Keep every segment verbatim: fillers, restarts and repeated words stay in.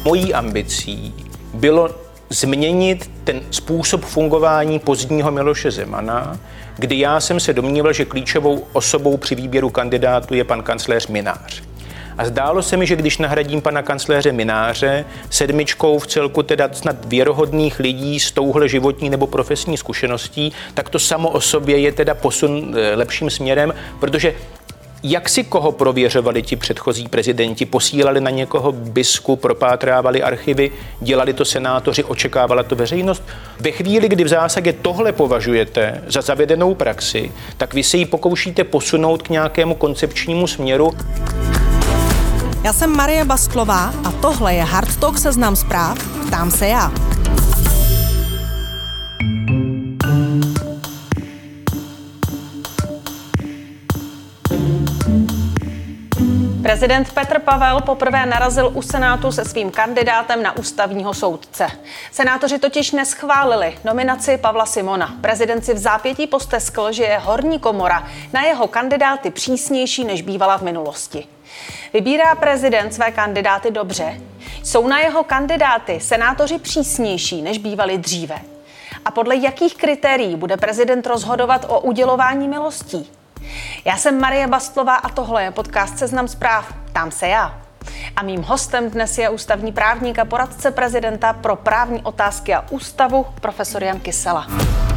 Mojí ambicí bylo změnit ten způsob fungování pozdního Miloše Zemana, kdy já jsem se domníval, že klíčovou osobou při výběru kandidátu je pan kancléř Mynář. A zdálo se mi, že když nahradím pana kancléře Mynáře sedmičkou v celku teda snad věrohodných lidí s touhle životní nebo profesní zkušeností, tak to samo o sobě je teda posun lepším směrem, protože jak si koho prověřovali ti předchozí prezidenti, posílali na někoho bisku, propátrávali archivy, dělali to senátoři, očekávala to veřejnost. Ve chvíli, kdy v zásadě tohle považujete za zavedenou praxi, tak vy se ji pokoušíte posunout k nějakému koncepčnímu směru. Já jsem Marie Bastlová a tohle je Hard Talk Seznam zpráv. Ptám se já. Prezident Petr Pavel poprvé narazil u Senátu se svým kandidátem na ústavního soudce. Senátoři totiž neschválili nominaci Pavla Simona. Prezident si v zápětí posteskl, že je horní komora na jeho kandidáty přísnější, než bývala v minulosti. Vybírá prezident své kandidáty dobře? Jsou na jeho kandidáty senátoři přísnější, než bývali dříve? A podle jakých kritérií bude prezident rozhodovat o udělování milostí? Já jsem Marie Bastlová a tohle je podcast Seznam zpráv. Ptám se já. A mým hostem dnes je ústavní právník a poradce prezidenta pro právní otázky a ústavu, profesor Jan Kysela.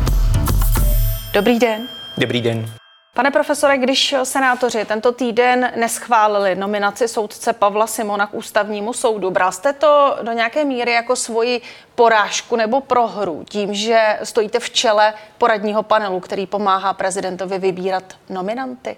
Dobrý den. Dobrý den. Pane profesore, když senátoři tento týden neschválili nominaci soudce Pavla Simona k ústavnímu soudu, bral jste to do nějaké míry jako svoji porážku nebo prohru tím, že stojíte v čele poradního panelu, který pomáhá prezidentovi vybírat nominanty?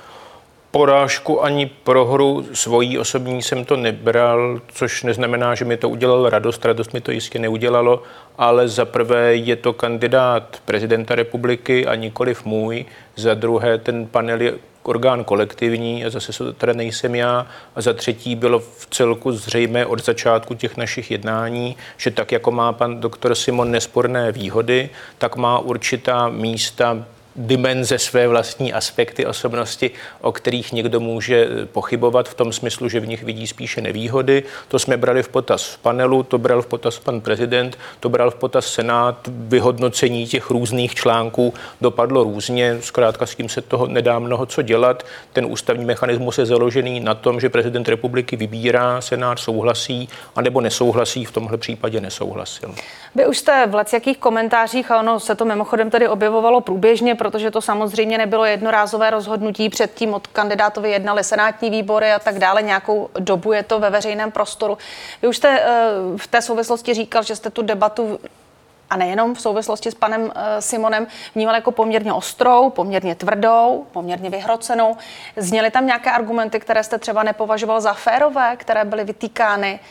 Porážku ani prohru svojí osobní jsem to nebral, což neznamená, že mi to udělalo radost. Radost mi to jistě neudělalo, ale za prvé je to kandidát prezidenta republiky a nikoliv můj. Za druhé ten panel je orgán kolektivní a zase to teda nejsem já. A za třetí bylo v celku zřejmé od začátku těch našich jednání, že tak jako má pan doktor Simon nesporné výhody, tak má určitá místa, dimenze, své vlastní aspekty osobnosti, o kterých někdo může pochybovat v tom smyslu, že v nich vidí spíše nevýhody. To jsme brali v potaz v panelu, to bral v potaz pan prezident, to bral v potaz Senát, vyhodnocení těch různých článků dopadlo různě, zkrátka s tím se toho nedá mnoho co dělat. Ten ústavní mechanismus je založený na tom, že prezident republiky vybírá, Senát souhlasí, anebo nesouhlasí, v tomhle případě nesouhlasil. Vy už jste v lecjakých komentářích, a ono se to mimochodem tady objevovalo průběžně, protože to samozřejmě nebylo jednorázové rozhodnutí, předtím od kandidátovi jednaly senátní výbory a tak dále, nějakou dobu je to ve veřejném prostoru. Vy už jste v té souvislosti říkal, že jste tu debatu, a nejenom v souvislosti s panem Simonem, vnímal jako poměrně ostrou, poměrně tvrdou, poměrně vyhrocenou. Zněly tam nějaké argumenty, které jste třeba nepovažoval za férové, které byly vytýkány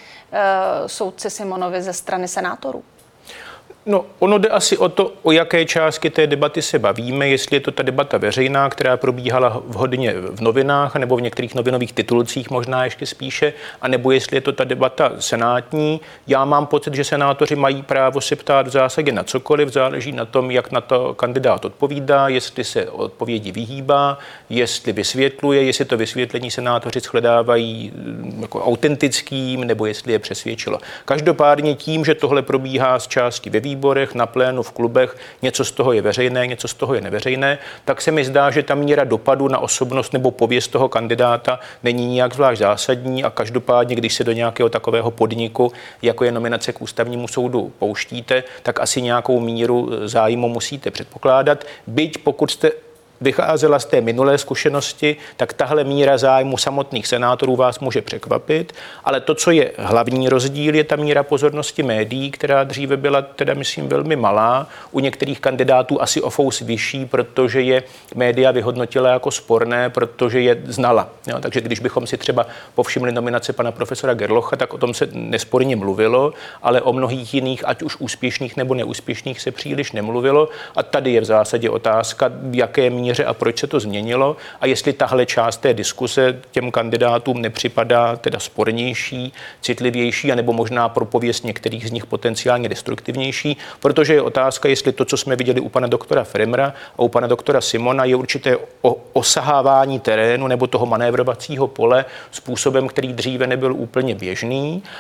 soudci Simonovi ze strany senátorů? No, ono jde asi o to, o jaké části té debaty se bavíme, jestli je to ta debata veřejná, která probíhala vhodně v novinách, nebo v některých novinových titulcích možná ještě spíše, anebo jestli je to ta debata senátní. Já mám pocit, že senátoři mají právo se ptát v zásadě na cokoliv, záleží na tom, jak na to kandidát odpovídá, jestli se odpovědi vyhýbá, jestli vysvětluje, jestli to vysvětlení senátoři shledávají jako autentickým, nebo jestli je přesvědčilo. Každopádně tím, že tohle probíhá z části ve výborech, na plénu, v klubech, něco z toho je veřejné, něco z toho je neveřejné, tak se mi zdá, že ta míra dopadu na osobnost nebo pověst toho kandidáta není nijak zvlášť zásadní a každopádně, když se do nějakého takového podniku, jako je nominace k ústavnímu soudu, pouštíte, tak asi nějakou míru zájmu musíte předpokládat. Byť pokud jste vycházela z té minulé zkušenosti, tak tahle míra zájmu samotných senátorů vás může překvapit, ale to, co je hlavní rozdíl, je ta míra pozornosti médií, která dříve byla teda, myslím, velmi malá, u některých kandidátů asi o fous vyšší, protože je média vyhodnotila jako sporné, protože je znala. Jo, takže když bychom si třeba povšimli nominace pana profesora Gerlocha, tak o tom se nesporně mluvilo, ale o mnohých jiných, ať už úspěšných nebo neúspěšných, se příliš nemluvilo. A tady je v zásadě otázka, jaké míře a proč se to změnilo a jestli tahle část té diskuse těm kandidátům nepřipadá teda spornější, citlivější, anebo možná pro pověst některých z nich potenciálně destruktivnější, protože je otázka, jestli to, co jsme viděli u pana doktora Fremra a u pana doktora Simona, je určité osahávání terénu nebo toho manévrovacího pole způsobem, který dříve nebyl úplně běžný.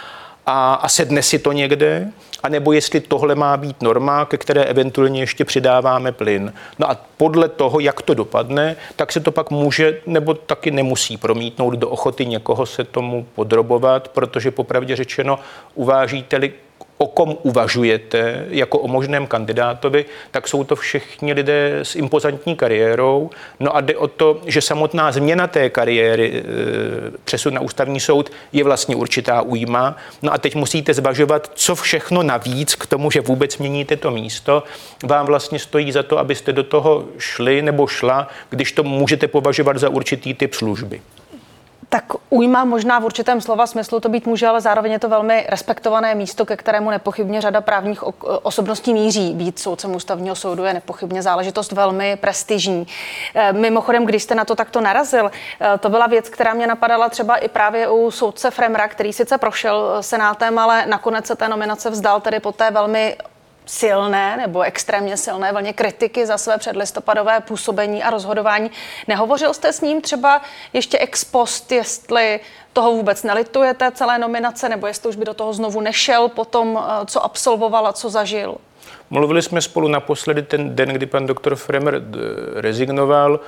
a, a sedne si to někde, anebo jestli tohle má být norma, ke které eventuálně ještě přidáváme plyn. No a podle toho, jak to dopadne, tak se to pak může nebo taky nemusí promítnout do ochoty někoho se tomu podrobovat, protože popravdě řečeno uvážíte-li, o kom uvažujete jako o možném kandidátovi, tak jsou to všichni lidé s impozantní kariérou. No a jde o to, že samotná změna té kariéry, přesun na ústavní soud, je vlastně určitá újma. No a teď musíte zvažovat, co všechno navíc k tomu, že vůbec měníte to místo, vám vlastně stojí za to, abyste do toho šli nebo šla, když to můžete považovat za určitý typ služby. Tak újma možná v určitém slova smyslu to být může, ale zároveň je to velmi respektované místo, ke kterému nepochybně řada právních osobností míří. Být soudcem ústavního soudu je nepochybně záležitost velmi prestižní. Mimochodem, když jste na to takto narazil, to byla věc, která mě napadala třeba i právě u soudce Fremra, který sice prošel senátem, ale nakonec se té nominace vzdal tedy po té velmi silné nebo extrémně silné vlně kritiky za své předlistopadové působení a rozhodování. Nehovořil jste s ním třeba ještě ex post, jestli toho vůbec nelitujete, celé nominace, nebo jestli už by do toho znovu nešel po tom, co absolvoval a co zažil? Mluvili jsme spolu naposledy ten den, kdy pan doktor Fremer rezignoval.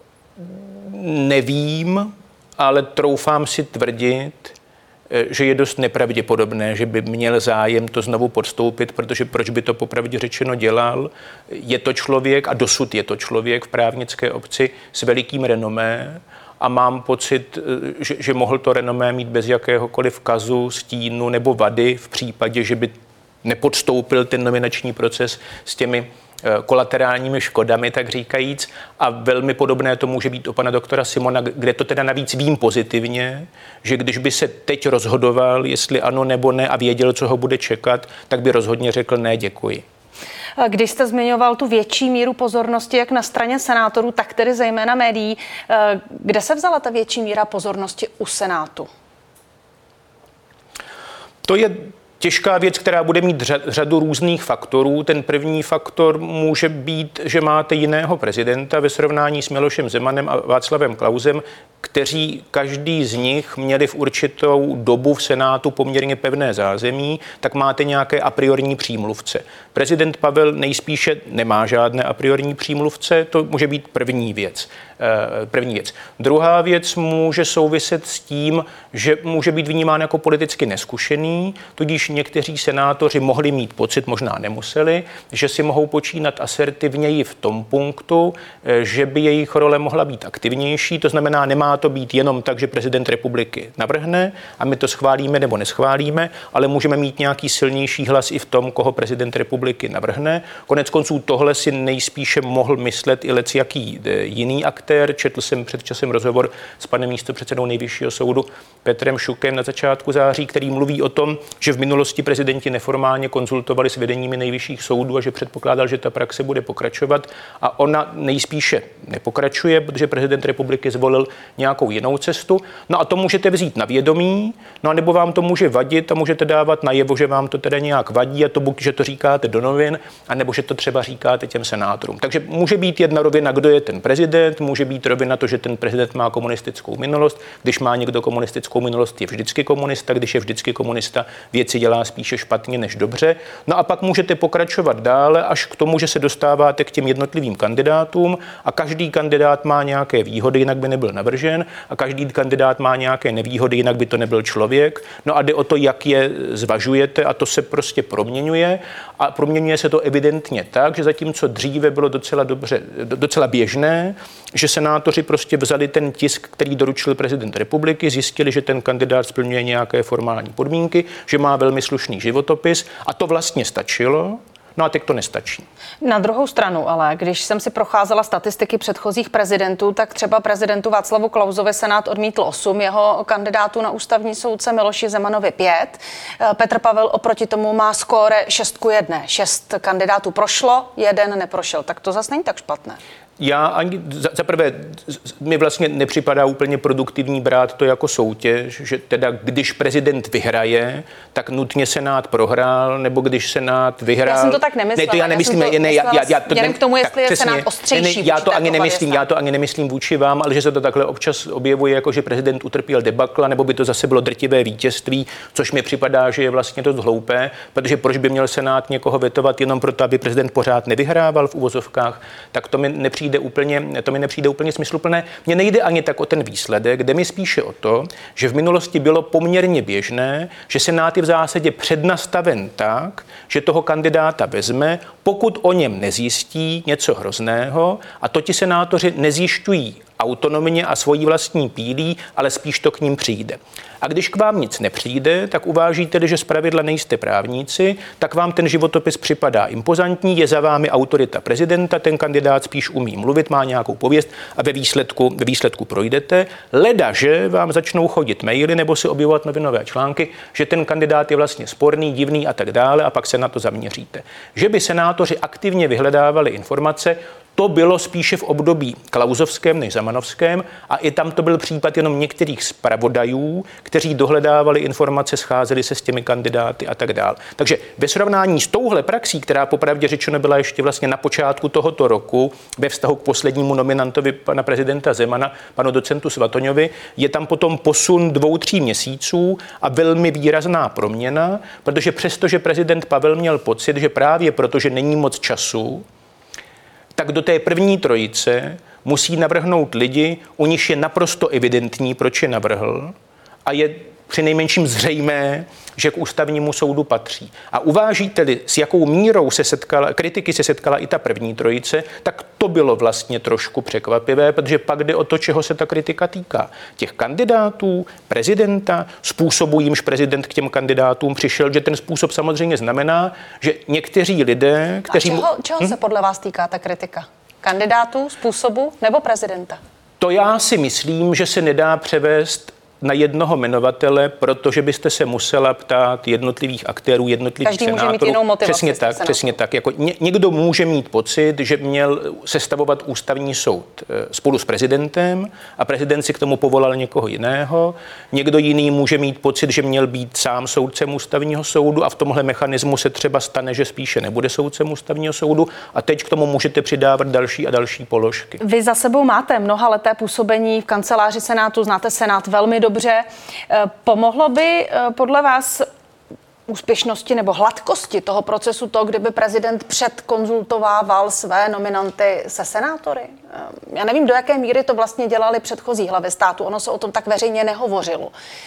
Nevím, ale troufám si tvrdit, že je dost nepravděpodobné, že by měl zájem to znovu podstoupit, protože proč by to popravdě řečeno dělal? Je to člověk, a dosud je to člověk v právnické obci s velikým renomé a mám pocit, že, že mohl to renomé mít bez jakéhokoliv kazu, stínu nebo vady v případě, že by nepodstoupil ten nominační proces s těmi kolaterálními škodami, tak říkajíc. A velmi podobné to může být u pana doktora Simona, kde to teda navíc vím pozitivně, že když by se teď rozhodoval, jestli ano nebo ne a věděl, co ho bude čekat, tak by rozhodně řekl ne, děkuji. Když jste zmiňoval tu větší míru pozornosti jak na straně senátorů, tak tedy zejména médií, kde se vzala ta větší míra pozornosti u Senátu? To je těžká věc, která bude mít řadu různých faktorů. Ten první faktor může být, že máte jiného prezidenta ve srovnání s Milošem Zemanem a Václavem Klausem, kteří každý z nich měli v určitou dobu v Senátu poměrně pevné zázemí, tak máte nějaké a priorní přímluvce. Prezident Pavel nejspíše nemá žádné a priorní přímluvce, to může být první věc. První věc. Druhá věc může souviset s tím, že může být vnímán jako politicky neskušený, tudíž někteří senátoři mohli mít pocit, možná nemuseli, že si mohou počínat asertivněji v tom punktu, že by jejich role mohla být aktivnější, to znamená, nemá to být jenom tak, že prezident republiky navrhne a my to schválíme nebo neschválíme, ale můžeme mít nějaký silnější hlas i v tom, koho prezident republiky navrhne. Konec konců tohle si nejspíše mohl myslet i lecjaký jiný aktér. Četl jsem před časem rozhovor s panem místopředsedou Nejvyššího soudu Petrem Šukem na začátku září, který mluví o tom, že v minulosti prezidenti neformálně konzultovali s vedeními nejvyšších soudů a že předpokládal, že ta praxe bude pokračovat a ona nejspíše nepokračuje, protože prezident republiky zvolil nějakou jinou cestu. No a to můžete vzít na vědomí, no a nebo vám to může vadit a můžete dávat najevo, že vám to teda nějak vadí a to buď, že to říkáte do novin, anebo že to třeba říkáte těm senátorům. Takže může být jedna rovina, kdo je ten prezident, může být rovina to, že ten prezident má komunistickou minulost. Když má někdo komunistickou minulost, je vždycky komunista, když je vždycky komunista, věci dělá spíše špatně než dobře. No a pak můžete pokračovat dále až k tomu, že se dostáváte k těm jednotlivým kandidátům a každý kandidát má nějaké výhody, jinak by nebyl navržen a každý kandidát má nějaké nevýhody, jinak by to nebyl člověk. No a jde o to, jak je zvažujete a to se prostě proměňuje a proměňuje se to evidentně tak, že zatímco dříve bylo docela dobře, docela běžné, že senátoři prostě vzali ten tisk, který doručil prezident republiky, zjistili, že ten kandidát splňuje nějaké formální podmínky, že má velmi slušný životopis a to vlastně stačilo. No a teď to nestačí. Na druhou stranu, ale když jsem si procházela statistiky předchozích prezidentů, tak třeba prezidentu Václavu Klausovi Senát odmítl osm, jeho kandidátů na ústavní soudce Miloši Zemanovi pět. Petr Pavel oproti tomu má skóre šest ku jedné. Šest kandidátů prošlo, jeden neprošel. Tak to zase není tak špatné. Já ani, za, za prvé, mi vlastně nepřipadá úplně produktivní brát to jako soutěž, že teda když prezident vyhraje, tak nutně Senát prohrál, nebo když Senát vyhrál... Já jsem to tak nemyslela. Ne, to já nemyslím, já ne, já, já, já to jen k tomu, jestli je přesně, Senát ostřejší. Ne, já to ani nemyslím, já to ani nemyslím vůči vám, ale že se to takhle občas objevuje, jako že prezident utrpěl debakla, nebo by to zase bylo drtivé vítězství, což mi připadá, že je vlastně dost hloupé, protože proč by měl Senát někoho vetovat jenom proto, aby prezident pořád nevyhrával v uvozovkách, tak to mi nepřijde úplně, to mi nepřijde úplně smysluplné. Mně nejde ani tak o ten výsledek, jde mi spíše o to, že v minulosti bylo poměrně běžné, že Senát je v zásadě přednastaven tak, že toho kandidáta vezme, pokud o něm nezjistí něco hrozného, a to ti senátoři nezjišťují autonomně a svojí vlastní pílí, ale spíš to k ním přijde. A když k vám nic nepřijde, tak uvážíte, že zpravidla nejste právníci, tak vám ten životopis připadá impozantní, je za vámi autorita prezidenta, ten kandidát spíš umí mluvit, má nějakou pověst a ve výsledku, ve výsledku projdete. Leda, že vám začnou chodit maily nebo si objevovat novinové články, že ten kandidát je vlastně sporný, divný a tak dále, a pak se na to zaměříte. Že by senátoři aktivně vyhledávali informace, to bylo spíše v období klausovském než zemanovském, a i tam to byl případ jenom některých zpravodajů, kteří dohledávali informace, scházeli se s těmi kandidáty a tak dále. Takže ve srovnání s touhle praxí, která popravdě řečeno byla ještě vlastně na počátku tohoto roku ve vztahu k poslednímu nominantovi pana prezidenta Zemana, panu docentu Svatoňovi, je tam potom posun dvou, tří měsíců a velmi výrazná proměna, protože přestože prezident Pavel měl pocit, že právě protože není moc času, tak do té první trojice musí navrhnout lidi, u nich je naprosto evidentní, proč je navrhl, a je přinejmenším zřejmé, že k ústavnímu soudu patří. A uvážíte-li, s jakou mírou se setkala, kritiky se setkala i ta první trojice, tak to bylo vlastně trošku překvapivé, protože pak jde o to, čeho se ta kritika týká. Těch kandidátů, prezidenta, způsobu, jimž prezident k těm kandidátům přišel, že ten způsob samozřejmě znamená, že někteří lidé, kteří... A čeho, čeho hm? se podle vás týká ta kritika? Kandidátů, způsobu nebo prezidenta? To já si myslím, že se nedá převést na jednoho jmenovatele, protože byste se musela ptát jednotlivých aktérů, jednotlivých Každý senátorů. Může mít jinou motivaci. Přesně tak, přesně tak. Jako ně, někdo může mít pocit, že měl sestavovat ústavní soud spolu s prezidentem a prezident si k tomu povolal někoho jiného. Někdo jiný může mít pocit, že měl být sám soudcem ústavního soudu a v tomhle mechanismu se třeba stane, že spíše nebude soudcem ústavního soudu, a teď k tomu můžete přidávat další a další položky. Vy za sebou máte mnohaleté působení v kanceláři Senátu, znáte Senát velmi dobře. Pomohlo by podle vás úspěšnosti nebo hladkosti toho procesu to, kdyby prezident předkonzultovával své nominanty se senátory? Já nevím, do jaké míry to vlastně dělali předchozí hlavy státu. Ono se o tom tak veřejně nehovořilo.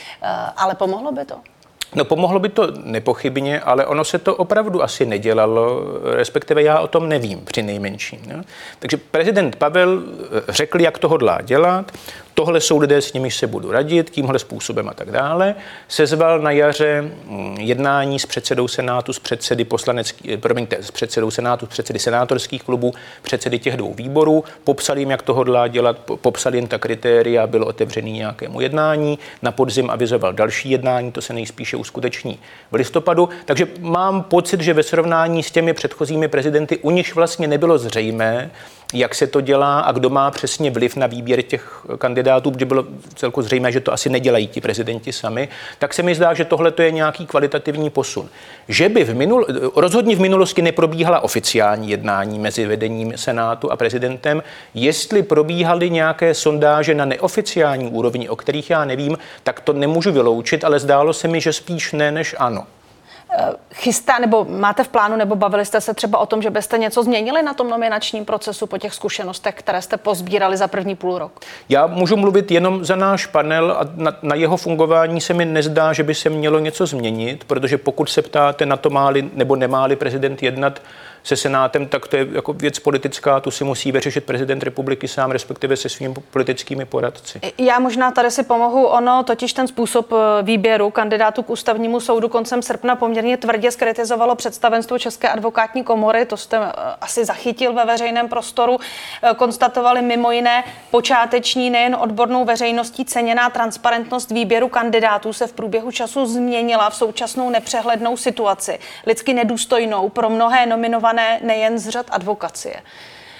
Ale pomohlo by to? No, pomohlo by to nepochybně, ale ono se to opravdu asi nedělalo, respektive já o tom nevím při nejmenším. Ne? Takže prezident Pavel řekl, jak to hodlá dělat, tohle jsou lidé, s nimiž se budu radit, tímhle způsobem a tak dále. Sezval na jaře jednání s předsedou Senátu, s předsedy poslanecký, promiňte, s předsedou Senátu, s předsedy senátorských klubů, předsedy těch dvou výborů, popsal jim, jak to hodlá dělat, popsal jim ta kritéria, byl otevřený nějakému jednání, na podzim avizoval další jednání, to se nejspíše uskuteční v listopadu. Takže mám pocit, že ve srovnání s těmi předchozími prezidenty u nich vlastně nebylo zřejmé, jak se to dělá a kdo má přesně vliv na výběr těch kandidátů, protože bylo celku zřejmé, že to asi nedělají ti prezidenti sami, tak se mi zdá, že tohle to je nějaký kvalitativní posun. Že by v minul... rozhodně v minulosti neprobíhala oficiální jednání mezi vedením Senátu a prezidentem, jestli probíhaly nějaké sondáže na neoficiální úrovni, o kterých já nevím, tak to nemůžu vyloučit, ale zdálo se mi, že spíš ne než ano. Chystá, nebo máte v plánu, nebo bavili jste se třeba o tom, že byste něco změnili na tom nominačním procesu po těch zkušenostech, které jste pozbírali za první půl rok? Já můžu mluvit jenom za náš panel a na, na jeho fungování se mi nezdá, že by se mělo něco změnit, protože pokud se ptáte na to, má-li nebo nemá-li prezident jednat se Senátem, tak to je jako věc politická, tu si musí vyřešit prezident republiky sám, respektive se svými politickými poradci. Já možná tady si pomohu. Ono totiž ten způsob výběru kandidátů k ústavnímu soudu koncem srpna poměrně tvrdě zkritizovalo představenstvo České advokátní komory, to jste asi zachytil ve veřejném prostoru. Konstatovali mimo jiné počáteční nejen odbornou veřejností ceněná transparentnost výběru kandidátů se v průběhu času změnila v současnou nepřehlednou situaci, lidsky nedůstojnou pro mnohé nominované nejen z řad advokacie.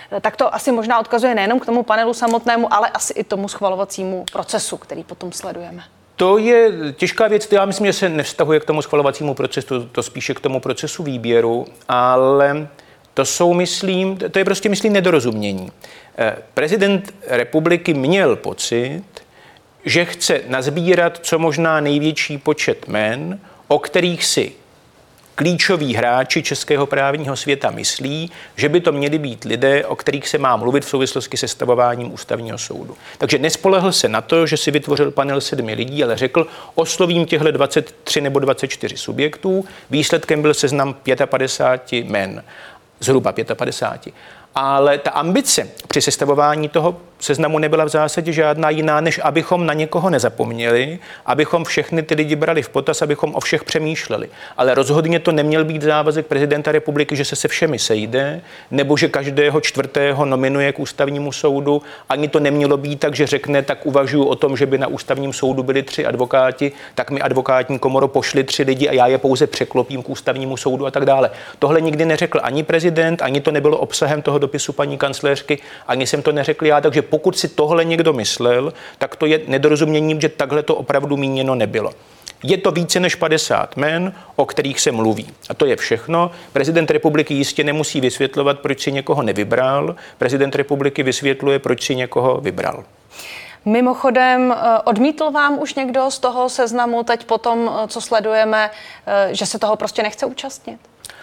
Tak to asi možná odkazuje nejenom k tomu panelu samotnému, ale asi i tomu schvalovacímu procesu, který potom sledujeme. To je těžká věc, já myslím, že se nevztahuje k tomu schvalovacímu procesu, to spíše k tomu procesu výběru, ale to jsou, myslím, to je prostě, myslím, nedorozumění. Prezident republiky měl pocit, že chce nazbírat co možná největší počet jmen, o kterých si klíčoví hráči českého právního světa myslí, že by to měli být lidé, o kterých se má mluvit v souvislosti se stavováním ústavního soudu. Takže nespolehl se na to, že si vytvořil panel sedmi lidí, ale řekl, oslovím těchto dvacet tři nebo dvacet čtyři subjektů. Výsledkem byl seznam padesát pět jmen, zhruba padesát pět. Ale ta ambice při sestavování toho seznamu nebyla v zásadě žádná jiná, než abychom na někoho nezapomněli, abychom všechny ty lidi brali v potaz, abychom o všech přemýšleli. Ale rozhodně to neměl být závazek prezidenta republiky, že se se všemi sejde, nebo že každého čtvrtého nominuje k ústavnímu soudu. Ani to nemělo být tak, že řekne, tak uvažuji o tom, že by na ústavním soudu byli tři advokáti, tak mi advokátní komoro pošli tři lidi a já je pouze překlopím k ústavnímu soudu a tak dále. Tohle nikdy neřekl ani prezident, ani to nebylo obsahem toho dopisu paní kancléřky, ani jsem to neřekl já, takže pokud si tohle někdo myslel, tak to je nedorozuměním, že takhle to opravdu míněno nebylo. Je to více než padesát jmen, o kterých se mluví. A to je všechno. Prezident republiky jistě nemusí vysvětlovat, proč si někoho nevybral. Prezident republiky vysvětluje, proč si někoho vybral. Mimochodem, odmítl vám už někdo z toho seznamu teď potom, co sledujeme, že se toho prostě nechce účastnit?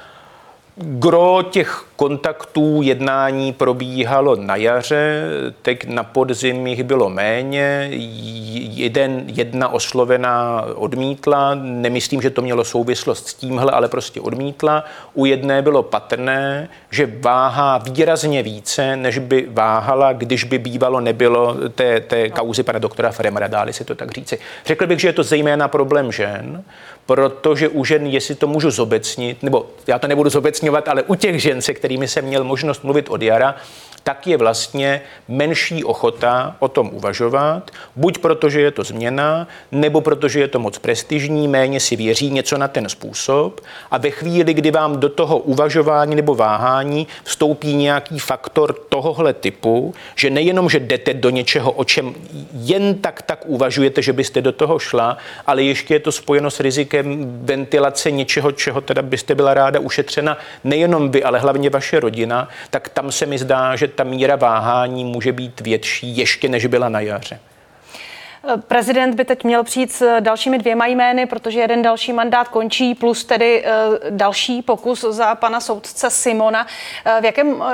Gro těch kontaktů, jednání probíhalo na jaře, teď na podzim jich bylo méně, jeden, jedna oslovená odmítla, nemyslím, že to mělo souvislost s tímhle, ale prostě odmítla. U jedné bylo patrné, že váhá výrazně více, než by váhala, když by bývalo nebylo té, té kauzy pana doktora Fremra, dáli si to tak říci. Řekl bych, že je to zejména problém žen, protože u žen, jestli to můžu zobecnit, nebo já to nebudu zobecňovat, ale u těch žen, se kterými jsem měl možnost mluvit od jara, tak je vlastně menší ochota o tom uvažovat, buď protože je to změna, nebo protože je to moc prestižní, méně si věří něco na ten způsob a ve chvíli, kdy vám do toho uvažování nebo váhání vstoupí nějaký faktor tohohle typu, že nejenom, že jdete do něčeho, o čem jen tak tak uvažujete, že byste do toho šla, ale ještě je to spojeno s rizikem ventilace něčeho, čeho teda byste byla ráda ušetřena, nejenom vy, ale hlavně vaše rodina, tak tam se mi zdá, že ta míra váhání může být větší ještě, než byla na jaře. Prezident by teď měl přijít s dalšími dvěma jmény, protože jeden další mandát končí, plus tedy další pokus za pana soudce Simona. V jakém,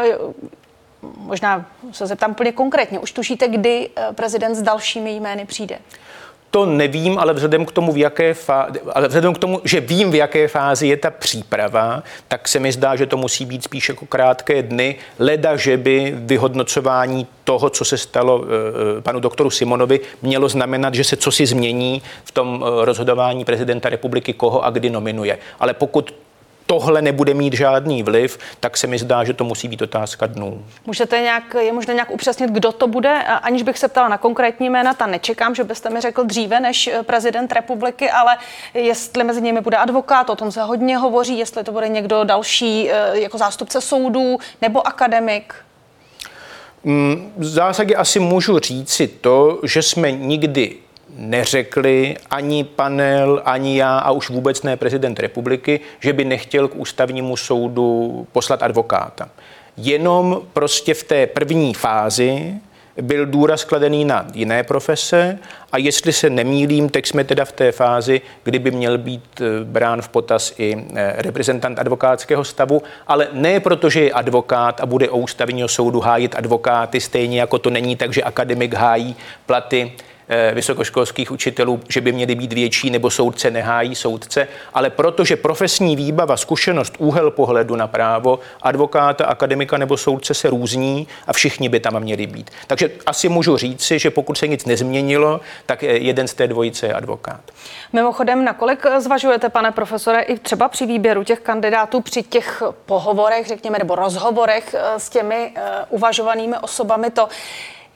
možná se zeptám úplně konkrétně, už tušíte, kdy prezident s dalšími jmény přijde? To nevím, ale vzhledem k tomu, v jaké fázi, ale vzhledem k tomu, že vím, v jaké fázi je ta příprava, tak se mi zdá, že to musí být spíš jako krátké dny, leda, že by vyhodnocování toho, co se stalo e, panu doktoru Simonovi, mělo znamenat, že se cosi změní v tom rozhodování prezidenta republiky, koho a kdy nominuje. Ale pokud tohle nebude mít žádný vliv, tak se mi zdá, že to musí být otázka dnů. Můžete nějak, je možné nějak upřesnit, kdo to bude, aniž bych se ptala na konkrétní jména, ta nečekám, že byste mi řekl dříve než prezident republiky, ale jestli mezi nimi bude advokát, o tom se hodně hovoří, jestli to bude někdo další jako zástupce soudů nebo akademik. V zásadě asi můžu říci to, že jsme nikdy neřekli ani panel, ani já a už vůbec ne prezident republiky, že by nechtěl k ústavnímu soudu poslat advokáta. Jenom prostě v té první fázi byl důraz kladený na jiné profese a jestli se nemýlím, tak jsme teda v té fázi, kdy by měl být brán v potaz i reprezentant advokátského stavu, ale ne proto, že je advokát a bude o ústavního soudu hájit advokáty, stejně jako to není tak, že akademik hájí platy vysokoškolských učitelů, že by měly být větší, nebo soudce nehájí soudce, ale protože profesní výbava, zkušenost, úhel pohledu na právo advokáta, akademika nebo soudce se různí a všichni by tam měli být. Takže asi můžu říci, že pokud se nic nezměnilo, tak jeden z té dvojice je advokát. Mimochodem, nakolik zvažujete, pane profesore, i třeba při výběru těch kandidátů, při těch pohovorech, řekněme, nebo rozhovorech s těmi uvažovanými osobami to,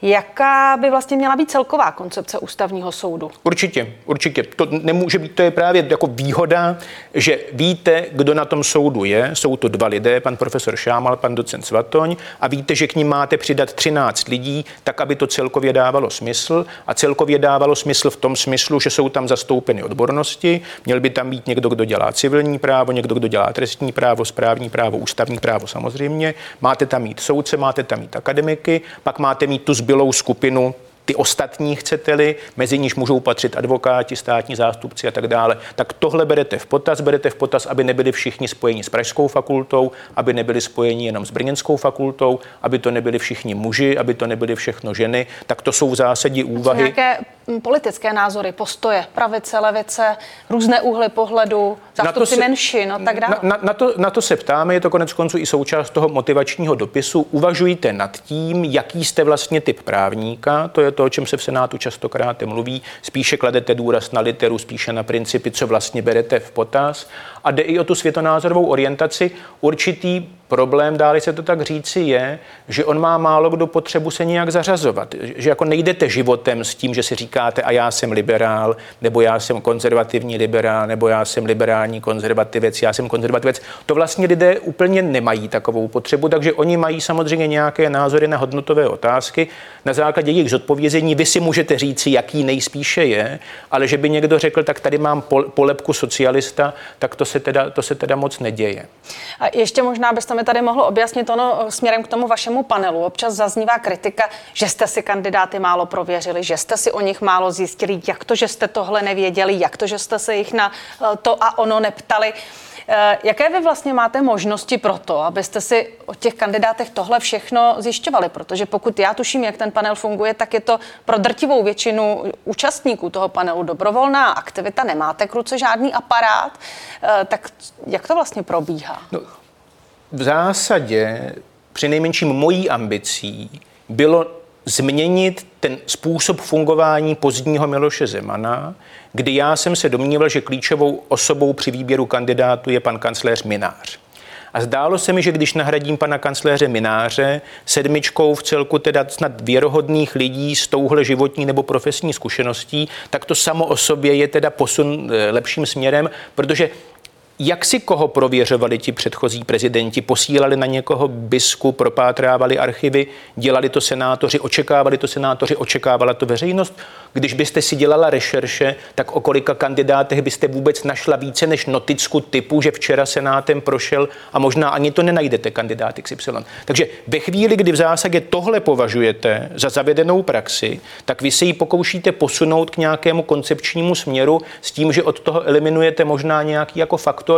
Jaká by vlastně měla být celková koncepce ústavního soudu? Určitě, určitě. To nemůže být, to je právě jako výhoda, že víte, kdo na tom soudu je. Jsou to dva lidé, pan profesor Šámal, pan docent Svatoň, a víte, že k ním máte přidat třináct lidí, tak, aby to celkově dávalo smysl. A celkově dávalo smysl v tom smyslu, že jsou tam zastoupeny odbornosti. Měl by tam být někdo, kdo dělá civilní právo, někdo, kdo dělá trestní právo, správní právo, ústavní právo samozřejmě. Máte tam mít soudce, máte tam mít akademiky, pak máte mít tu zbylou skupinu, ty ostatní, chcete-li, mezi níž můžou patřit advokáti, státní zástupci a tak dále. Tak tohle berete v potaz, berete v potaz, aby nebyli všichni spojeni s Pražskou fakultou, aby nebyli spojeni jenom s Brněnskou fakultou, aby to nebyli všichni muži, aby to nebyly všechno ženy. Tak to jsou v zásadě úvahy. Nějaké politické názory, postoje, pravice, levice, různé úhly pohledu, zástupci menšin a tak dále. Na, na, na, to, na to se ptáme, je to konec konců i součást toho motivačního dopisu. Uvažujte nad tím, jaký jste vlastně typ právníka, to je to, o čem se v Senátu častokrát mluví, spíše kladete důraz na literu, spíše na principy, co vlastně berete v potaz. A jde i o tu světonázorovou orientaci. Určitý problém, dále se to tak říci, je, že on má málo kdo potřebu se nějak zařazovat. Že jako nejdete životem s tím, že si říkáte a já jsem liberál, nebo já jsem konzervativní liberál, nebo já jsem liberální konzervativec, já jsem konzervativec. To vlastně lidé úplně nemají takovou potřebu, takže oni mají samozřejmě nějaké názory na hodnotové otázky. Na základě jejich zodpovězení vy si můžete říci, jaký nejspíše je, ale že by někdo řekl, tak tady mám polepku socialista, tak to se teda, to se teda moc neděje. A ještě možná byste mi tady mohl objasnit ono směrem k tomu vašemu panelu. Občas zaznívá kritika, že jste si kandidáty málo prověřili, že jste si o nich málo zjistili, jak to, že jste tohle nevěděli, jak to, že jste se jich na to a ono neptali. Jaké vy vlastně máte možnosti pro to, abyste si o těch kandidátech tohle všechno zjišťovali? Protože pokud já tuším, jak ten panel funguje, tak je to pro drtivou většinu účastníků toho panelu dobrovolná aktivita, nemáte k ruce žádný aparát, tak jak to vlastně probíhá? No, v zásadě přinejmenším mojí ambicí bylo změnit ten způsob fungování pozdního Miloše Zemana, kdy já jsem se domníval, že klíčovou osobou při výběru kandidátů je pan kancléř Mynář. A zdálo se mi, že když nahradím pana kancléře Mynáře sedmičkou v celku teda snad věrohodných lidí s touhle životní nebo profesní zkušeností, tak to samo o sobě je teda posun lepším směrem, protože jak si koho prověřovali ti předchozí prezidenti, posílali na někoho bisku, propátrávali archivy, dělali to senátoři, očekávali to senátoři, očekávala to veřejnost. Když byste si dělala rešerše, tak o kolika kandidátech byste vůbec našla více než noticku typu, že včera senátem prošel a možná ani to nenajdete kandidát X Y. Takže ve chvíli, kdy v zásadě tohle považujete za zavedenou praxi, tak vy se ji pokoušíte posunout k nějakému koncepčnímu směru s tím, že od toho eliminujete možná nějaký jako faktor,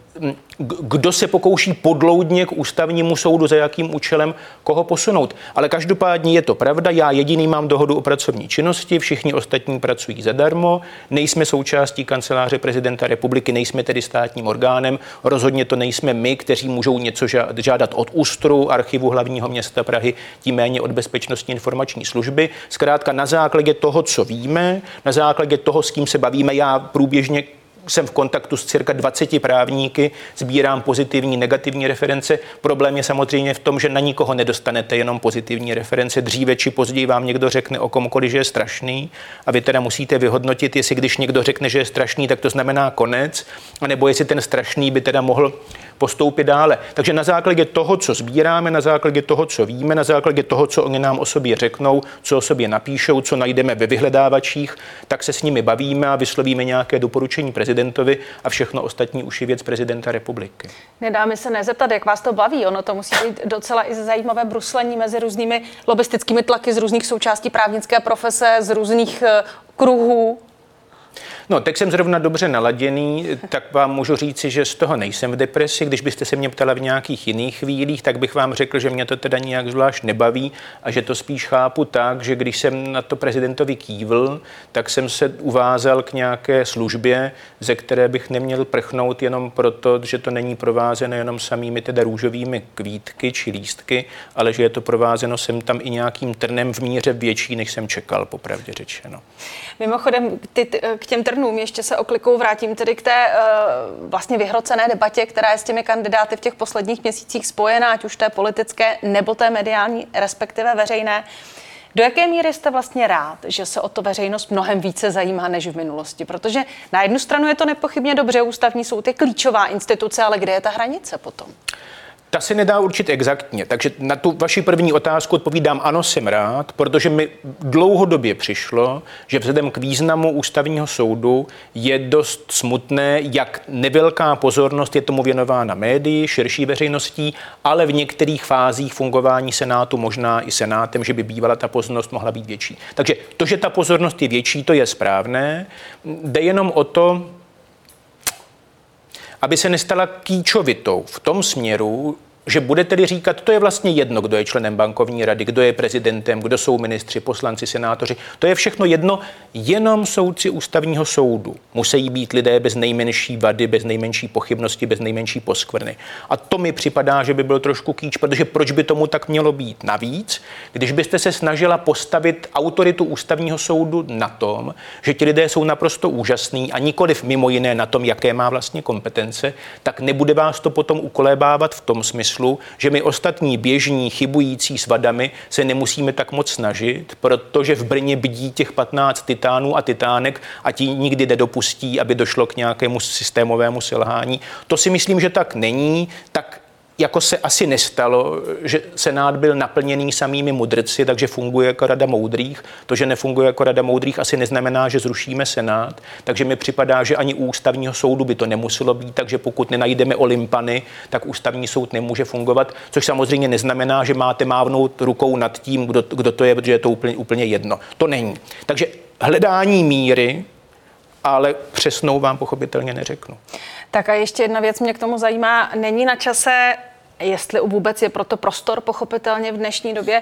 kdo se pokouší podloudně k ústavnímu soudu, za jakým účelem koho posunout. Ale každopádně je to pravda, já jediný mám dohodu o pracovní činnosti, všichni ostatní pracují zadarmo, nejsme součástí kanceláře prezidenta republiky, nejsme tedy státním orgánem, rozhodně to nejsme my, kteří můžou něco žádat od ÚSTRu, archivu hlavního města Prahy, tím méně od Bezpečnostní informační služby. Zkrátka na základě toho, co víme, na základě toho, s kým se bavíme, já průběžně jsem v kontaktu s cirka dvaceti právníky, sbírám pozitivní, negativní reference. Problém je samozřejmě v tom, že na nikoho nedostanete jenom pozitivní reference. Dříve či později vám někdo řekne o komkoliv, že je strašný a vy teda musíte vyhodnotit, jestli když někdo řekne, že je strašný, tak to znamená konec, anebo jestli ten strašný by teda mohl postoupit dále. Takže na základě toho, co sbíráme, na základě toho, co víme, na základě toho, co oni nám o sobě řeknou, co o sobě napíšou, co najdeme ve vyhledávačích, tak se s nimi bavíme a vyslovíme nějaké doporučení prezidentovi a všechno ostatní už je věc prezidenta republiky. Nedá mi se nezeptat, jak vás to baví. Ono to musí být docela i zajímavé bruslení mezi různými lobistickými tlaky z různých součástí právnické profese, z různých kruhů. No, tak jsem zrovna dobře naladěný, tak vám můžu říci, že z toho nejsem v depresi. Když byste se mě ptala v nějakých jiných chvílích, tak bych vám řekl, že mě to teda nijak zvlášť nebaví a že to spíš chápu tak, že když jsem na to prezidentovi kývl, tak jsem se uvázal k nějaké službě, ze které bych neměl prchnout jenom proto, že to není provázeno jenom samými teda růžovými kvítky či lístky, ale že je to provázeno sem tam i nějakým trnem v míře větší, než jsem čekal, popravdě řečeno. Mimochodem, ty, k těm trnům ještě se oklikou vrátím tedy k té uh, vlastně vyhrocené debatě, která je s těmi kandidáty v těch posledních měsících spojená, ať už té politické nebo té mediální, respektive veřejné. Do jaké míry jste vlastně rád, že se o to veřejnost mnohem více zajímá než v minulosti? Protože na jednu stranu je to nepochybně dobře, ústavní soud je klíčová instituce, ale kde je ta hranice potom? Ta se nedá určit exaktně, takže na tu vaši první otázku odpovídám ano, jsem rád, protože mi dlouhodobě přišlo, že vzhledem k významu ústavního soudu je dost smutné, jak nevelká pozornost je tomu věnována médii, širší veřejností, ale v některých fázích fungování Senátu, možná i Senátem, že by bývala ta pozornost mohla být větší. Takže to, že ta pozornost je větší, to je správné. Jde jenom o to, aby se nestala kýčovitou v tom směru, že bude tedy říkat, to je vlastně jedno, kdo je členem bankovní rady, kdo je prezidentem, kdo jsou ministři, poslanci, senátoři. To je všechno jedno, jenom soudci ústavního soudu musí být lidé bez nejmenší vady, bez nejmenší pochybnosti, bez nejmenší poskvrny. A to mi připadá, že by byl trošku kýč, protože proč by tomu tak mělo být? Navíc, když byste se snažila postavit autoritu ústavního soudu na tom, že ti lidé jsou naprosto úžasní a nikoliv mimo jiné na tom, jaké má vlastně kompetence, tak nebude vás to potom ukolébávat v tom smyslu, že my ostatní běžní chybující s vadami se nemusíme tak moc snažit, protože v Brně bdí těch patnáct titánů a titánek a ti nikdy nedopustí, aby došlo k nějakému systémovému selhání. To si myslím, že tak není, tak jako se asi nestalo, že Senát byl naplněný samými mudrci, takže funguje jako Rada moudrých. To, že nefunguje jako Rada moudrých, asi neznamená, že zrušíme Senát. Takže mi připadá, že ani u ústavního soudu by to nemuselo být, takže pokud nenajdeme Olympany, tak ústavní soud nemůže fungovat, což samozřejmě neznamená, že máte mávnout rukou nad tím, kdo, kdo to je, protože je to úplně, úplně jedno. To není. Takže hledání míry, ale přesnou vám pochopitelně neřeknu. Tak a ještě jedna věc mě k tomu zajímá. Není na čase, jestli vůbec je proto prostor pochopitelně v dnešní době,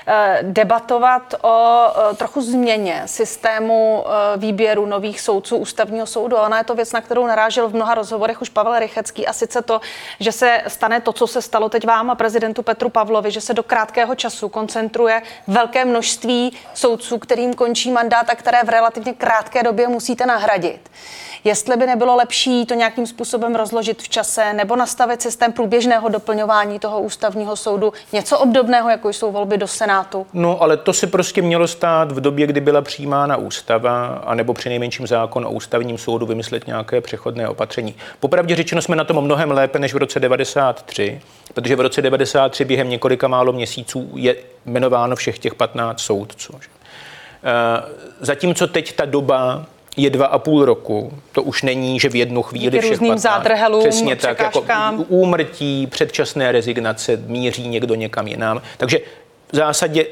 debatovat o trochu změně systému výběru nových soudců ústavního soudu. Ona je to věc, na kterou narážel v mnoha rozhovorech už Pavel Rychetský, a sice to, že se stane to, co se stalo teď vám a prezidentu Petru Pavlovi, že se do krátkého času koncentruje velké množství soudců, kterým končí mandát a které v relativně krátké době musíte nahradit. Jestli by nebylo lepší to nějakým způsobem rozložit v čase nebo nastavit systém průběžného doplňování toho ústavního soudu, něco obdobného, jako jsou volby do Senátu? No, ale to se prostě mělo stát v době, kdy byla přijímána ústava, anebo přinejmenším zákon o ústavním soudu vymyslet nějaké přechodné opatření. Popravdě řečeno jsme na tom mnohem lépe než v roce devadesát tři, protože v roce devadesát tři během několika málo měsíců je jmenováno všech těch patnáct soudců. Zatímco teď ta doba je dva a půl roku. To už není, že v jednu chvíli všech různým patnáct. zádrhelům, přesně tak, jako úmrtí, předčasné rezignace, míří někdo někam jinam. Takže v zásadě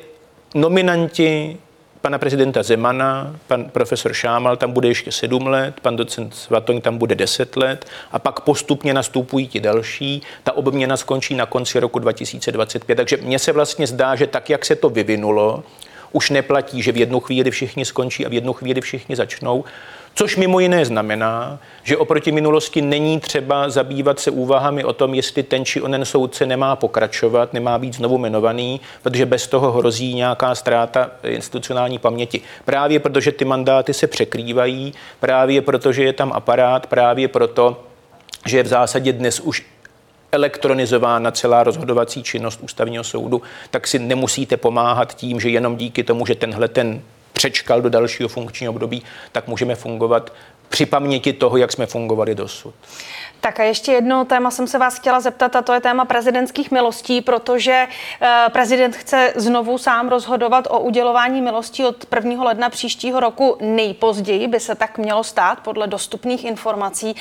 nominanti pana prezidenta Zemana, pan profesor Šámal tam bude ještě sedm let, pan docent Svatoň tam bude deset let a pak postupně nastupují ti další. Ta obměna skončí na konci roku dva tisíce dvacet pět. Takže mně se vlastně zdá, že tak, jak se to vyvinulo, už neplatí, že v jednu chvíli všichni skončí a v jednu chvíli všichni začnou, což mimo jiné znamená, že oproti minulosti není třeba zabývat se úvahami o tom, jestli ten či onen soudce nemá pokračovat, nemá být znovu jmenovaný, protože bez toho hrozí nějaká ztráta institucionální paměti. Právě protože ty mandáty se překrývají, právě protože je tam aparát, právě proto, že je v zásadě dnes už elektronizována celá rozhodovací činnost ústavního soudu, tak si nemusíte pomáhat tím, že jenom díky tomu, že tenhle ten přečkal do dalšího funkčního období, tak můžeme fungovat při paměti toho, jak jsme fungovali dosud. Tak a ještě jedno téma jsem se vás chtěla zeptat, a to je téma prezidentských milostí, protože prezident chce znovu sám rozhodovat o udělování milostí od prvního ledna příštího roku. Nejpozději by se tak mělo stát podle dostupných informací.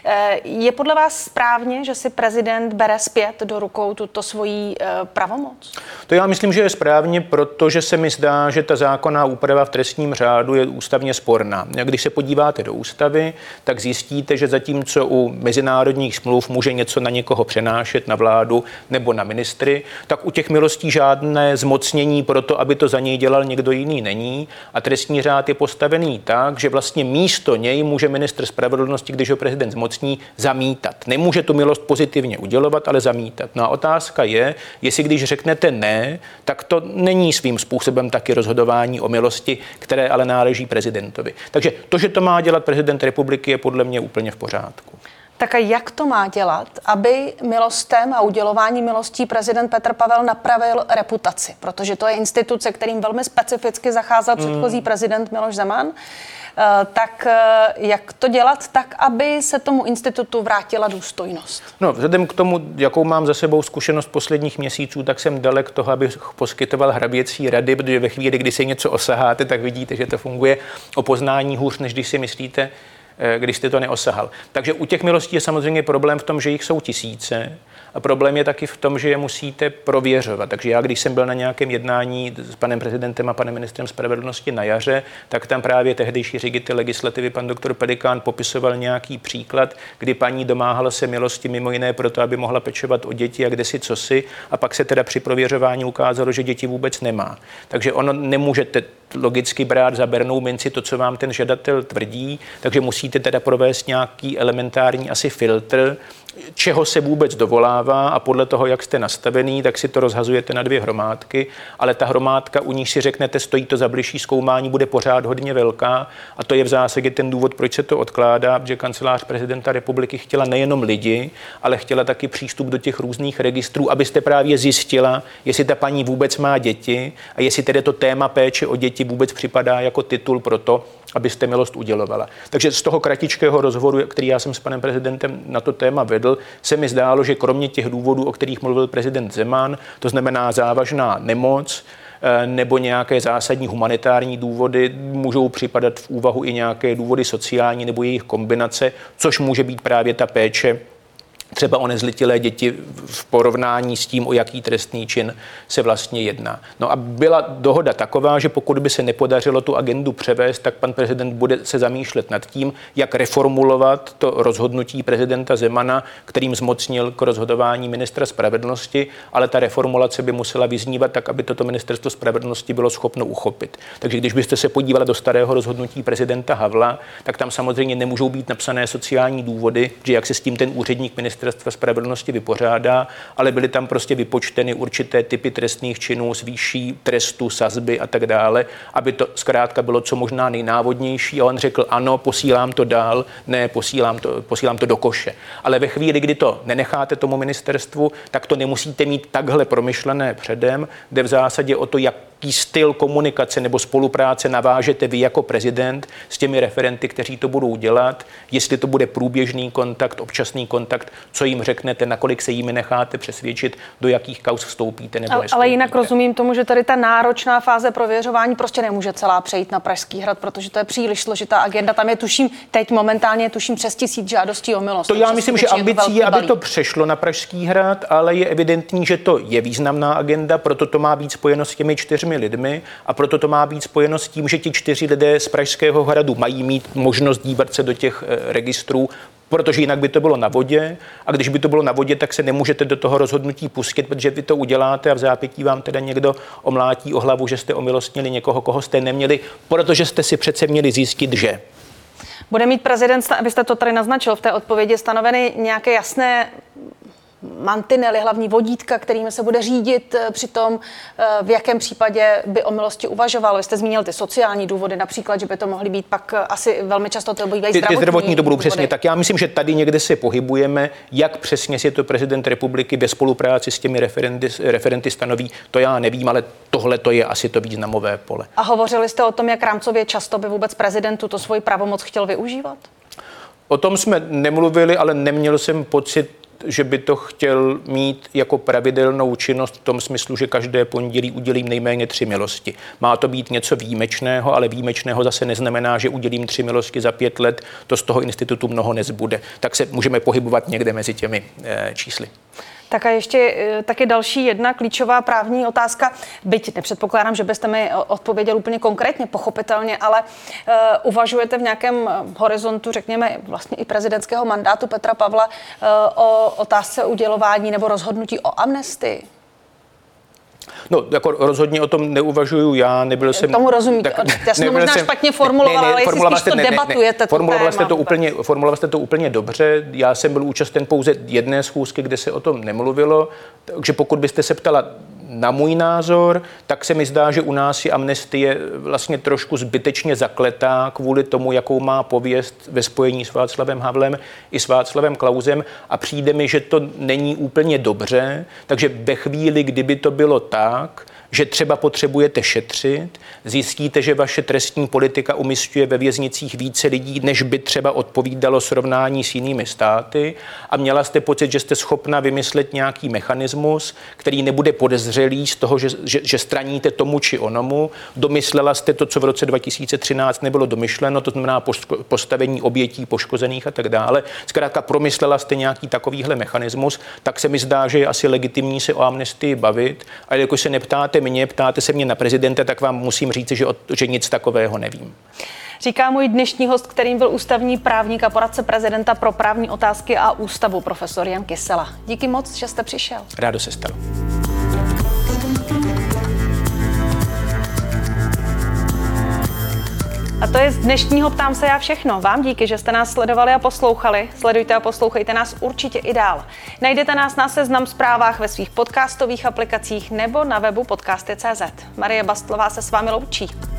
Je podle vás správně, že si prezident bere zpět do rukou tuto svoji pravomoc? To já myslím, že je správně, protože se mi zdá, že ta zákonná úprava v trestním řádu je ústavně sporná. Když se podíváte do ústavy, tak zjistíte, že zatímco u mezinárodních národních smluv může něco na někoho přenášet, na vládu nebo na ministry, tak u těch milostí žádné zmocnění pro to, aby to za něj dělal někdo jiný, není. A trestní řád je postavený tak, že vlastně místo něj může ministr spravedlnosti, když ho prezident zmocní, zamítat. Nemůže tu milost pozitivně udělovat, ale zamítat. No a otázka je, jestli když řeknete ne, tak to není svým způsobem taky rozhodování o milosti, které ale náleží prezidentovi. Takže to, že to má dělat prezident republiky, je podle mě úplně v pořádku. Tak a jak to má dělat, aby milostem a udělování milostí prezident Petr Pavel napravil reputaci? Protože to je instituce, kterým velmi specificky zacházel mm. předchozí prezident Miloš Zeman. Tak jak to dělat tak, aby se tomu institutu vrátila důstojnost? No, vzhledem k tomu, jakou mám za sebou zkušenost posledních měsíců, tak jsem dalek toho, abych poskytoval hraběcí rady, protože ve chvíli, kdy si něco osaháte, tak vidíte, že to funguje o poznání hůř, než když si myslíte, když jste to neosahal. Takže u těch milostí je samozřejmě problém v tom, že jich jsou tisíce a problém je taky v tom, že je musíte prověřovat. Takže já, když jsem byl na nějakém jednání s panem prezidentem a panem ministrem spravedlnosti na jaře, tak tam právě tehdejší ředitel legislativy pan doktor Pelikán popisoval nějaký příklad, kdy paní domáhala se milosti mimo jiné proto, aby mohla pečovat o děti a kdesi cosi, a pak se teda při prověřování ukázalo, že děti vůbec nemá. Takže ono nemůžete logicky brát za bernou minci to, co vám ten žadatel tvrdí, takže musíte teda provést nějaký elementární asi filtr, čeho se vůbec dovolává, a podle toho, jak jste nastavený, tak si to rozhazujete na dvě hromádky, ale ta hromádka, u níž si řeknete, stojí to za bližší zkoumání, bude pořád hodně velká, a to je v zásadě ten důvod, proč se to odkládá, že kancelář prezidenta republiky chtěla nejenom lidi, ale chtěla taky přístup do těch různých registrů, abyste právě zjistila, jestli ta paní vůbec má děti a jestli tedy to téma péče o děti vůbec připadá jako titul pro to, abyste milost udělovala. Takže z toho kratičkého rozhovoru, který já jsem s panem prezidentem na to téma vedl, se mi zdálo, že kromě těch důvodů, o kterých mluvil prezident Zeman, to znamená závažná nemoc nebo nějaké zásadní humanitární důvody, můžou připadat v úvahu i nějaké důvody sociální nebo jejich kombinace, což může být právě ta péče třeba o nezletilé děti v porovnání s tím, o jaký trestný čin se vlastně jedná. No a byla dohoda taková, že pokud by se nepodařilo tu agendu převést, tak pan prezident bude se zamýšlet nad tím, jak reformulovat to rozhodnutí prezidenta Zemana, kterým zmocnil k rozhodování ministra spravedlnosti, ale ta reformulace by musela vyznívat tak, aby toto ministerstvo spravedlnosti bylo schopno uchopit. Takže když byste se podívali do starého rozhodnutí prezidenta Havla, tak tam samozřejmě nemůžou být napsané sociální důvody, že jak se s tím ten úředník ministra spravedlnosti vypořádá, ale byly tam prostě vypočteny určité typy trestných činů s výší trestu, sazby a tak dále, aby to zkrátka bylo co možná nejnávodnější, a on řekl ano, posílám to dál, ne, posílám to, posílám to do koše. Ale ve chvíli, kdy to nenecháte tomu ministerstvu, tak to nemusíte mít takhle promyšlené předem, jde v zásadě o to, jaký styl komunikace nebo spolupráce navážete vy jako prezident s těmi referenty, kteří to budou dělat, jestli to bude průběžný kontakt, občasný kontakt, co jim řeknete, nakolik se jimi necháte přesvědčit, do jakých kauz vstoupíte nebo ale, ale jinak rozumím tomu, že tady ta náročná fáze prověřování prostě nemůže celá přejít na Pražský hrad, protože to je příliš složitá agenda. Tam je tuším, teď momentálně tuším přes tisíc žádostí o milost. To já myslím, že ambicí je, aby to přešlo na Pražský hrad, ale je evidentní, že to je významná agenda, proto to má být spojeno s těmi čtyřmi lidmi a proto to má být spojeno s tím, že ti čtyři lidé z Pražského hradu mají mít možnost dívat se do těch registrů, protože jinak by to bylo na vodě, a když by to bylo na vodě, tak se nemůžete do toho rozhodnutí pustit, protože vy to uděláte a v zápětí vám teda někdo omlátí o hlavu, že jste omilostnili někoho, koho jste neměli, protože jste si přece měli zjistit, že. Bude mít prezident, abyste to tady naznačil v té odpovědi, stanoveny nějaké jasné mantinely, hlavní vodítka, kterými se bude řídit při tom, v jakém případě by o milosti uvažoval. Vy jste zmínil ty sociální důvody, například, že by to mohly být pak asi velmi často to bývají zdravotní. Ty zdravotní to budou přesně tak. Já myslím, že tady někde se pohybujeme, jak přesně si to prezident republiky ve spolupráci s těmi referenty, referenty stanoví, to já nevím, ale tohle to je asi to významové pole. A hovořili jste o tom, jak rámcově často by vůbec prezident tuto svoji pravomoc chtěl využívat? O tom jsme nemluvili, ale neměl jsem pocit, že by to chtěl mít jako pravidelnou činnost v tom smyslu, že každé pondělí udělím nejméně tři milosti. Má to být něco výjimečného, ale výjimečného zase neznamená, že udělím tři milosti za pět let, to z toho institutu mnoho nezbude. Tak se můžeme pohybovat někde mezi těmi e, čísly. Tak a ještě taky další jedna klíčová právní otázka. Byť nepředpokládám, že byste mi odpověděl úplně konkrétně, pochopitelně, ale uh, uvažujete v nějakém horizontu, řekněme, vlastně i prezidentského mandátu Petra Pavla uh, o otázce udělování nebo rozhodnutí o amnestii? No, jako rozhodně o tom neuvažuju já, nebyl jsem... Tomu rozumím, tak, já jsem to možná jsem, špatně formulovala, ne, ne, ale jestli spíš to ne, debatujete ne, ne, formulovala jste to úplně, formulovala jste to úplně dobře, já jsem byl účasten pouze jedné schůzky, kde se o tom nemluvilo, takže pokud byste se ptala na můj názor, tak se mi zdá, že u nás je amnestie vlastně trošku zbytečně zakletá kvůli tomu, jakou má pověst ve spojení s Václavem Havlem i s Václavem Klausem a přijde mi, že to není úplně dobře, takže ve chvíli, kdyby to bylo tak, že třeba potřebujete šetřit, zjistíte, že vaše trestní politika umisťuje ve věznicích více lidí, než by třeba odpovídalo srovnání s jinými státy a měla jste pocit, že jste schopna vymyslet nějaký mechanismus, který nebude podezřelý z toho, že, že, že straníte tomu či onomu. Domyslela jste to, co v roce dva tisíce třináct nebylo domyšleno, to znamená postavení obětí, poškozených a tak dále. Zkrátka promyslela jste nějaký takovýhle mechanismus, tak se mi zdá, že je asi legitimní se o amnestii bavit, ale jako se neptáte mě, ptáte se mě na prezidenta, tak vám musím říct, že, od, že nic takového nevím. Říká můj dnešní host, kterým byl ústavní právník a poradce prezidenta pro právní otázky a ústavu, profesor Jan Kysela. Díky moc, že jste přišel. Rádo se stalo. A to je z dnešního Ptám se já všechno. Vám díky, že jste nás sledovali a poslouchali. Sledujte a poslouchejte nás určitě i dál. Najdete nás na Seznam Zprávách ve svých podcastových aplikacích nebo na webu podcasty tečka cé zet. Marie Bastlová se s vámi loučí.